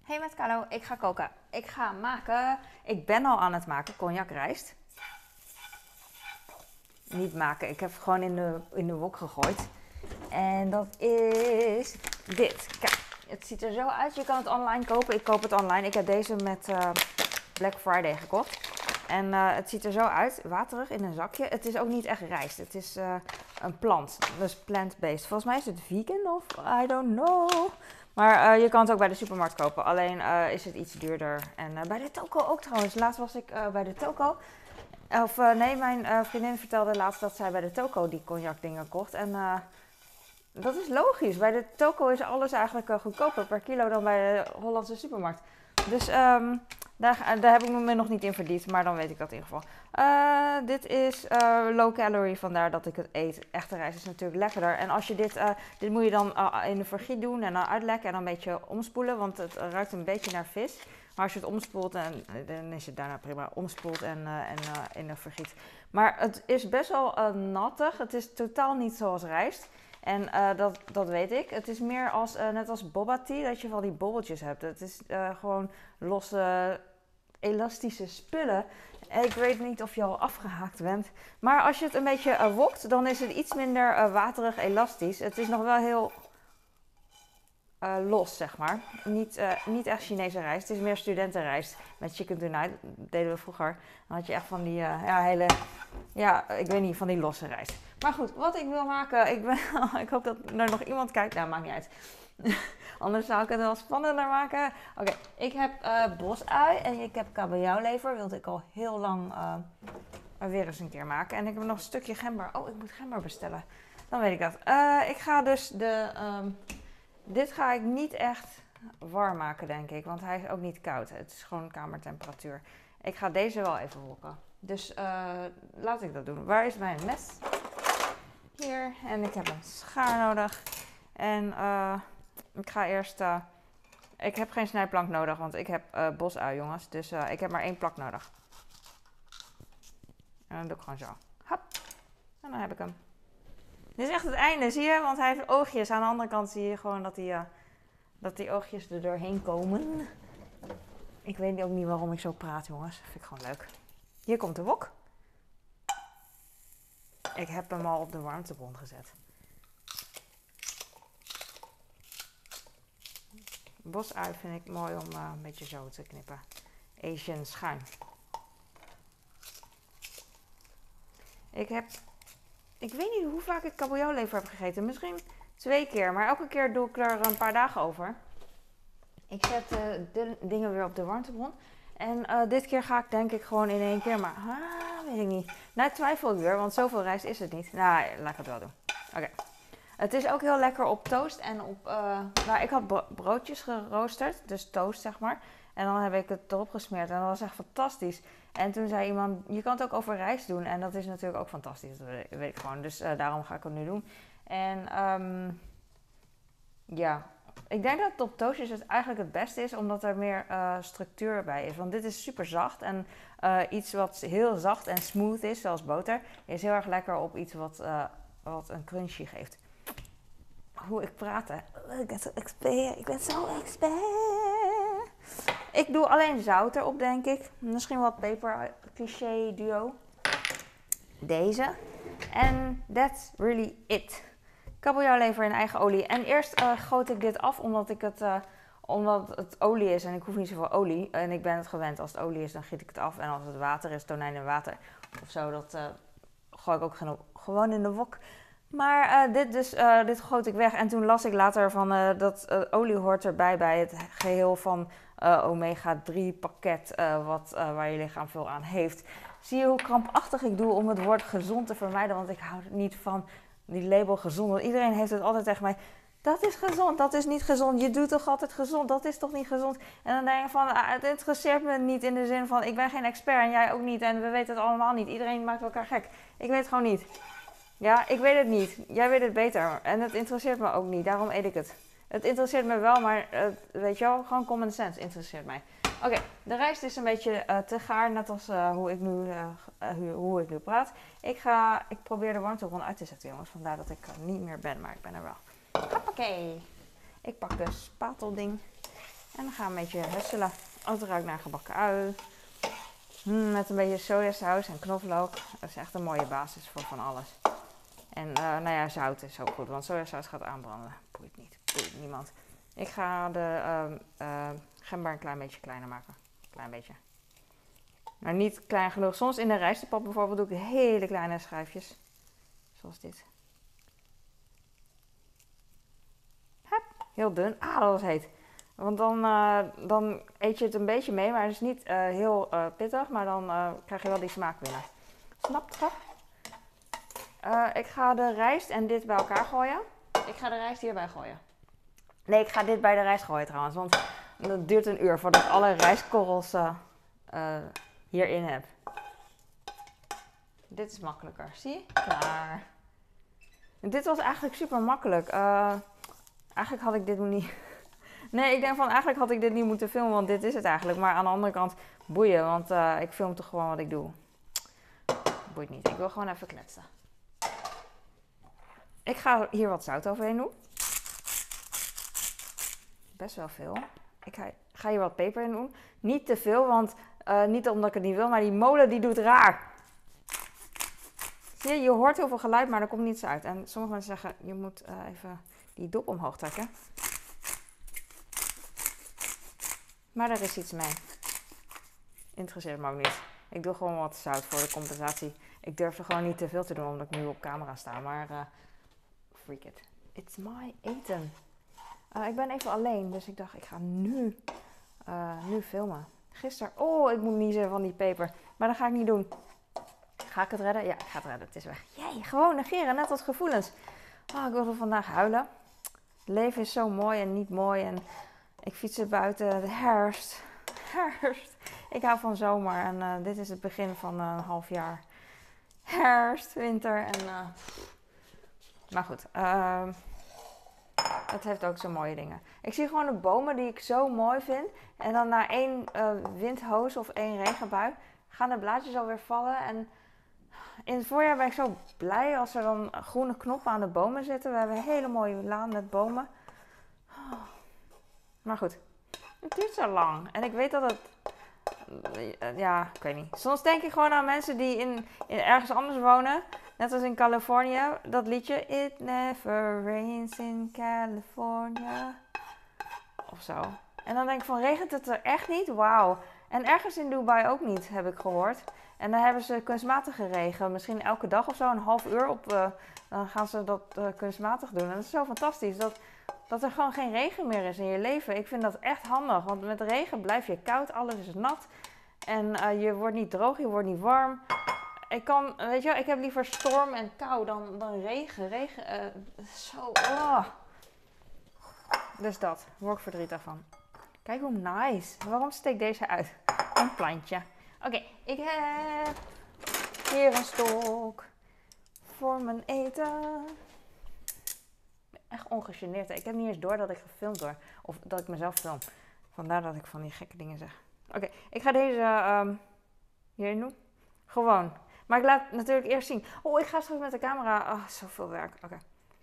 Hey met Carlo, ik ga koken. Ik ga maken, ik ben al aan het maken, cognacrijst. Niet maken, ik heb het gewoon in de wok gegooid. En dat is dit. Kijk, het ziet er zo uit. Je kan het online kopen. Ik koop het online. Ik heb deze met Black Friday gekocht. En het ziet er zo uit, waterig in een zakje. Het is ook niet echt rijst. Het is een plant, dus plant-based. Volgens mij is het vegan of I don't know. Maar je kan het ook bij de supermarkt kopen. Alleen is het iets duurder. En bij de toko ook trouwens. Laatst was ik bij de toko. Nee, mijn vriendin vertelde laatst dat zij bij de toko die cognac dingen kocht. En dat is logisch. Bij de toko is alles eigenlijk goedkoper per kilo dan bij de Hollandse supermarkt. Dus daar heb ik me nog niet in verdiept, maar dan weet ik dat in ieder geval. Dit is low calorie, vandaar dat ik het eet. Echte rijst is natuurlijk lekkerder. En als je dit moet je dan in de vergiet doen en dan uitlekken en dan een beetje omspoelen, want het ruikt een beetje naar vis. Maar als je het omspoelt, dan is het daarna prima. Omspoelt en in de vergiet. Maar het is best wel nattig. Het is totaal niet zoals rijst. En dat weet ik. Het is meer net als boba tea, dat je wel die bobbeltjes hebt. Het is gewoon losse, elastische spullen. En ik weet niet of je al afgehaakt bent. Maar als je het een beetje wokt, dan is het iets minder waterig elastisch. Het is nog wel heel los, zeg maar. Niet echt Chinese rijst. Het is meer studentenrijst met chicken tonight. Dat deden we vroeger. Dan had je echt van die hele... Ja, ik weet niet, van die losse rijst. Maar goed, wat ik wil maken... Ik hoop dat er nog iemand kijkt. Nou, maakt niet uit. Anders zou ik het wel spannender maken. Oké, ik heb bosui en ik heb kabeljauwlever. Wilde ik al heel lang weer eens een keer maken. En ik heb nog een stukje gember. Oh, ik moet gember bestellen. Dan weet ik dat. Ik ga dus dit ga ik niet echt warm maken, denk ik. Want hij is ook niet koud. Het is gewoon kamertemperatuur. Ik ga deze wel even wokken. Dus laat ik dat doen. Waar is mijn mes? Hier. En ik heb een schaar nodig. En ik ga eerst... ik heb geen snijplank nodig, want ik heb bosui, jongens. Dus ik heb maar 1 plak nodig. En dan doe ik gewoon zo. Hop. En dan heb ik hem. Dit is echt het einde, zie je? Want hij heeft oogjes. Aan de andere kant zie je gewoon dat die oogjes er doorheen komen. Ik weet ook niet waarom ik zo praat, jongens. Dat vind ik gewoon leuk. Hier komt de wok. Ik heb hem al op de warmtebron gezet. Bosui vind ik mooi om een beetje zo te knippen. Asian schuin. Ik weet niet hoe vaak ik kabeljauwlever heb gegeten. Misschien 2 keer, maar elke keer doe ik er een paar dagen over. Ik zet de dingen weer op de warmtebron. En dit keer ga ik denk ik gewoon in 1 keer, maar weet ik niet. Nou, twijfel ik weer, want zoveel rijst is het niet. Nou, laat ik het wel doen. Oké. Het is ook heel lekker op toast en op... nou, ik had broodjes geroosterd, dus toast zeg maar. En dan heb ik het erop gesmeerd en dat was echt fantastisch. En toen zei iemand, je kan het ook over rijst doen. En dat is natuurlijk ook fantastisch, dat weet ik gewoon. Dus daarom ga ik het nu doen. En ja, ik denk dat het op toastjes het eigenlijk het beste is, omdat er meer structuur bij is. Want dit is super zacht en iets wat heel zacht en smooth is, zoals boter, is heel erg lekker op iets wat een crunchy geeft. Hoe ik praat, hè. Ik ben zo expert. Ik ben zo expert. Ik doe alleen zout erop, denk ik. Misschien wat peper, cliché duo. Deze. En that's really it. Kabeljauwlever in eigen olie. En eerst goot ik dit af, omdat het olie is en ik hoef niet zoveel olie. En ik ben het gewend. Als het olie is, dan giet ik het af. En als het water is, tonijn in water of zo, dat gooi ik ook gewoon in de wok. Maar dit goot ik weg. En toen las ik later van dat olie hoort erbij bij het geheel van omega 3 pakket waar je lichaam veel aan heeft. Zie je hoe krampachtig ik doe om het woord gezond te vermijden? Want ik hou niet van die label gezond. Want iedereen heeft het altijd tegen mij. Dat is gezond, dat is niet gezond. Je doet toch altijd gezond, dat is toch niet gezond? En dan denk ik van, het interesseert me niet in de zin van, ik ben geen expert en jij ook niet. En we weten het allemaal niet. Iedereen maakt elkaar gek. Ik weet het gewoon niet. Ja, ik weet het niet. Jij weet het beter. En het interesseert me ook niet. Daarom eet ik het. Het interesseert me wel, maar weet je wel, gewoon common sense interesseert mij. Oké, de rijst is een beetje te gaar, net als hoe ik nu praat. Ik probeer de warmtebron uit te zetten, jongens. Vandaar dat ik niet meer ben, maar ik ben er wel. Hoppakee. Ik pak de spatelding. En dan gaan we een beetje husselen. Oh, het ruikt naar gebakken ui. Met een beetje sojasaus en knoflook. Dat is echt een mooie basis voor van alles. En nou ja, zout is ook goed, want sojasaus gaat aanbranden. Boeit niet, boeit niemand. Ik ga de gember een klein beetje kleiner maken. Klein beetje. Maar niet klein genoeg. Soms in de rijstepap bijvoorbeeld doe ik hele kleine schijfjes. Zoals dit. Hup, heel dun. Ah, dat was heet. Want dan eet je het een beetje mee, maar het is niet heel pittig. Maar dan krijg je wel die smaak binnen. Snap je? Ik ga de rijst en dit bij elkaar gooien. Ik ga de rijst hierbij gooien. Nee, ik ga dit bij de rijst gooien trouwens. Want dat duurt een uur voordat ik alle rijstkorrels hierin heb. Dit is makkelijker. Zie je? Klaar. En dit was eigenlijk super makkelijk. Eigenlijk had ik dit niet... Nee, ik denk van eigenlijk had ik dit niet moeten filmen, want dit is het eigenlijk. Maar aan de andere kant boeien, want ik film toch gewoon wat ik doe. Boeit niet. Ik wil gewoon even kletsen. Ik ga hier wat zout overheen doen. Best wel veel. Ik ga hier wat peper in doen. Niet te veel, want niet omdat ik het niet wil, maar die molen die doet raar. Zie je, je hoort heel veel geluid, maar er komt niets uit. En sommige mensen zeggen, je moet even die dop omhoog trekken. Maar er is iets mee. Interesseert me ook niet. Ik doe gewoon wat zout voor de compensatie. Ik durf er gewoon niet te veel te doen, omdat ik nu op camera sta. Maar freak it. It's my eten. Ik ben even alleen, dus ik dacht, ik ga nu filmen. Gisteren, oh, ik moet niezen van die peper. Maar dat ga ik niet doen. Ga ik het redden? Ja, ik ga het redden. Het is weg. Jee, gewoon negeren, net als gevoelens. Oh, ik wilde vandaag huilen. Het leven is zo mooi en niet mooi. En ik fiets er buiten. De herfst. Herfst. Ik hou van zomer. En dit is het begin van een half jaar. Herfst, winter. En, maar goed. Het heeft ook zo mooie dingen. Ik zie gewoon de bomen die ik zo mooi vind. En dan na één windhoos of één regenbui gaan de blaadjes alweer vallen. En in het voorjaar ben ik zo blij als er dan groene knoppen aan de bomen zitten. We hebben een hele mooie laan met bomen. Maar goed, het duurt zo lang. En ik weet dat het... Ja, ik weet niet. Soms denk ik gewoon aan mensen die in ergens anders wonen. Net als in Californië. Dat liedje. It never rains in California. Of zo. En dan denk ik van, regent het er echt niet? Wauw. En ergens in Dubai ook niet, heb ik gehoord. En dan hebben ze kunstmatige regen. Misschien elke dag of zo, een half uur op. Dan gaan ze dat kunstmatig doen. En dat is zo fantastisch. Dat er gewoon geen regen meer is in je leven. Ik vind dat echt handig. Want met regen blijf je koud, alles is nat. En je wordt niet droog, je wordt niet warm. Weet je wel, ik heb liever storm en kou dan regen. Regen, zo, oh. Dus dat, daar word ik verdrietig van. Kijk hoe nice. Waarom steekt deze uit? Een plantje. Oké, ik heb hier een stok voor mijn eten. Echt ongegeneerd. Ik heb niet eens door dat ik gefilmd word. Of dat ik mezelf film. Vandaar dat ik van die gekke dingen zeg. Oké, ik ga deze hierin doen. Gewoon. Maar ik laat het natuurlijk eerst zien. Oh, ik ga straks met de camera. Oh, zoveel werk. Oké.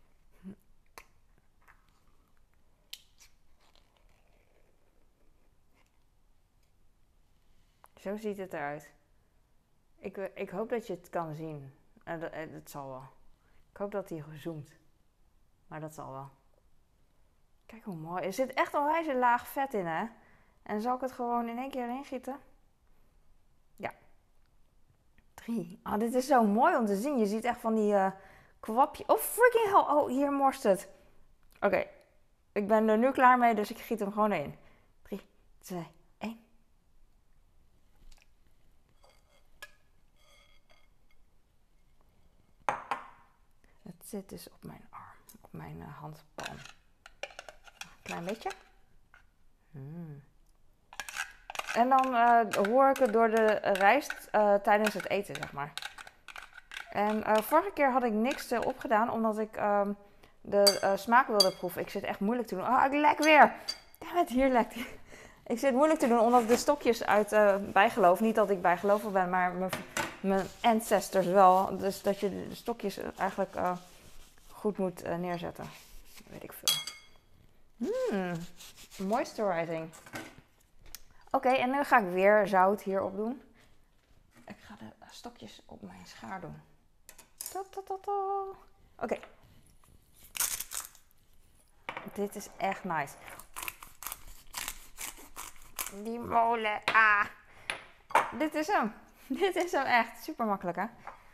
Zo ziet het eruit. Ik hoop dat je het kan zien. Het zal wel. Ik hoop dat hij gezoomt. Maar dat zal wel. Kijk hoe mooi. Er zit echt een wijze laag vet in, hè? En zal ik het gewoon in één keer erin gieten? Ja. 3. Oh, dit is zo mooi om te zien. Je ziet echt van die kwapje. Oh, freaking hell. Oh, hier morst het. Oké. Ik ben er nu klaar mee, dus ik giet hem gewoon in. 3, 2, 1. Het zit dus op mijn arm. Op mijn handpalm. Een klein beetje. En dan hoor ik het door de rijst tijdens het eten, zeg maar. En vorige keer had ik niks erop gedaan, omdat ik de smaak wilde proeven. Ik zit echt moeilijk te doen. Oh, ik lek weer! Dammit, hier lekt hij. Ik zit moeilijk te doen, omdat ik de stokjes uit bijgeloof. Niet dat ik bijgelovig ben, maar mijn ancestors wel. Dus dat je de stokjes eigenlijk goed moet neerzetten. Dat weet ik veel. moisturizing. Oké, en nu ga ik weer zout hierop doen. Ik ga de stokjes op mijn schaar doen. Oké. Dit is echt nice. Die molen. Ah. Dit is hem. Dit is hem echt. Super makkelijk, hè?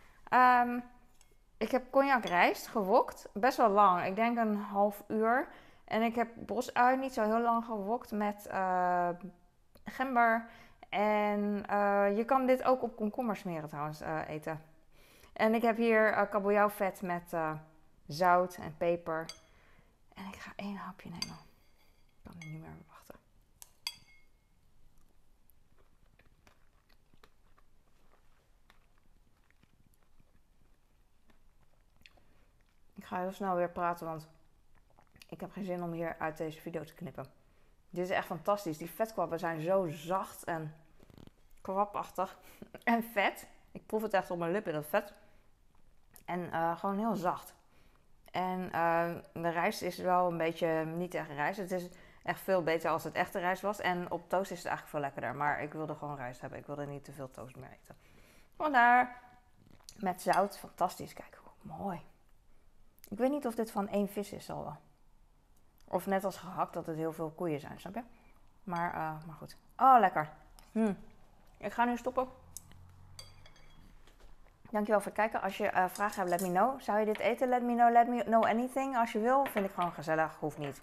Ik heb cognac rijst gewokt. Best wel lang. Ik denk een half uur. En ik heb bosui niet zo heel lang gewokt met gember. En je kan dit ook op komkommer smeren trouwens eten. En ik heb hier kabeljauwvet met zout en peper. En ik ga 1 hapje nemen. Ik kan nu niet meer wachten. Ik ga heel snel weer praten, want ik heb geen zin om hier uit deze video te knippen. Dit is echt fantastisch. Die vetkwabben zijn zo zacht en kwabachtig. En vet. Ik proef het echt op mijn lippen, dat vet. En gewoon heel zacht. En de rijst is wel een beetje niet echt rijst. Het is echt veel beter als het echte rijst was. En op toast is het eigenlijk veel lekkerder. Maar ik wilde gewoon rijst hebben. Ik wilde niet te veel toast meer eten. Vandaar met zout. Fantastisch. Kijk hoe mooi. Ik weet niet of dit van 1 vis is al wel. Of net als gehakt dat het heel veel koeien zijn, snap je? Maar goed. Oh, lekker. Ik ga nu stoppen. Dankjewel voor het kijken. Als je vragen hebt, let me know. Zou je dit eten? Let me know anything. Als je wil, vind ik gewoon gezellig. Hoeft niet.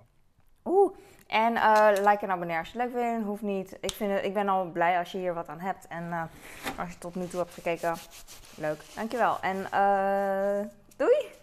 En like en abonneer als je het leuk vindt. Hoeft niet. Ik ben al blij als je hier wat aan hebt. En als je tot nu toe hebt gekeken, leuk. Dankjewel. En doei!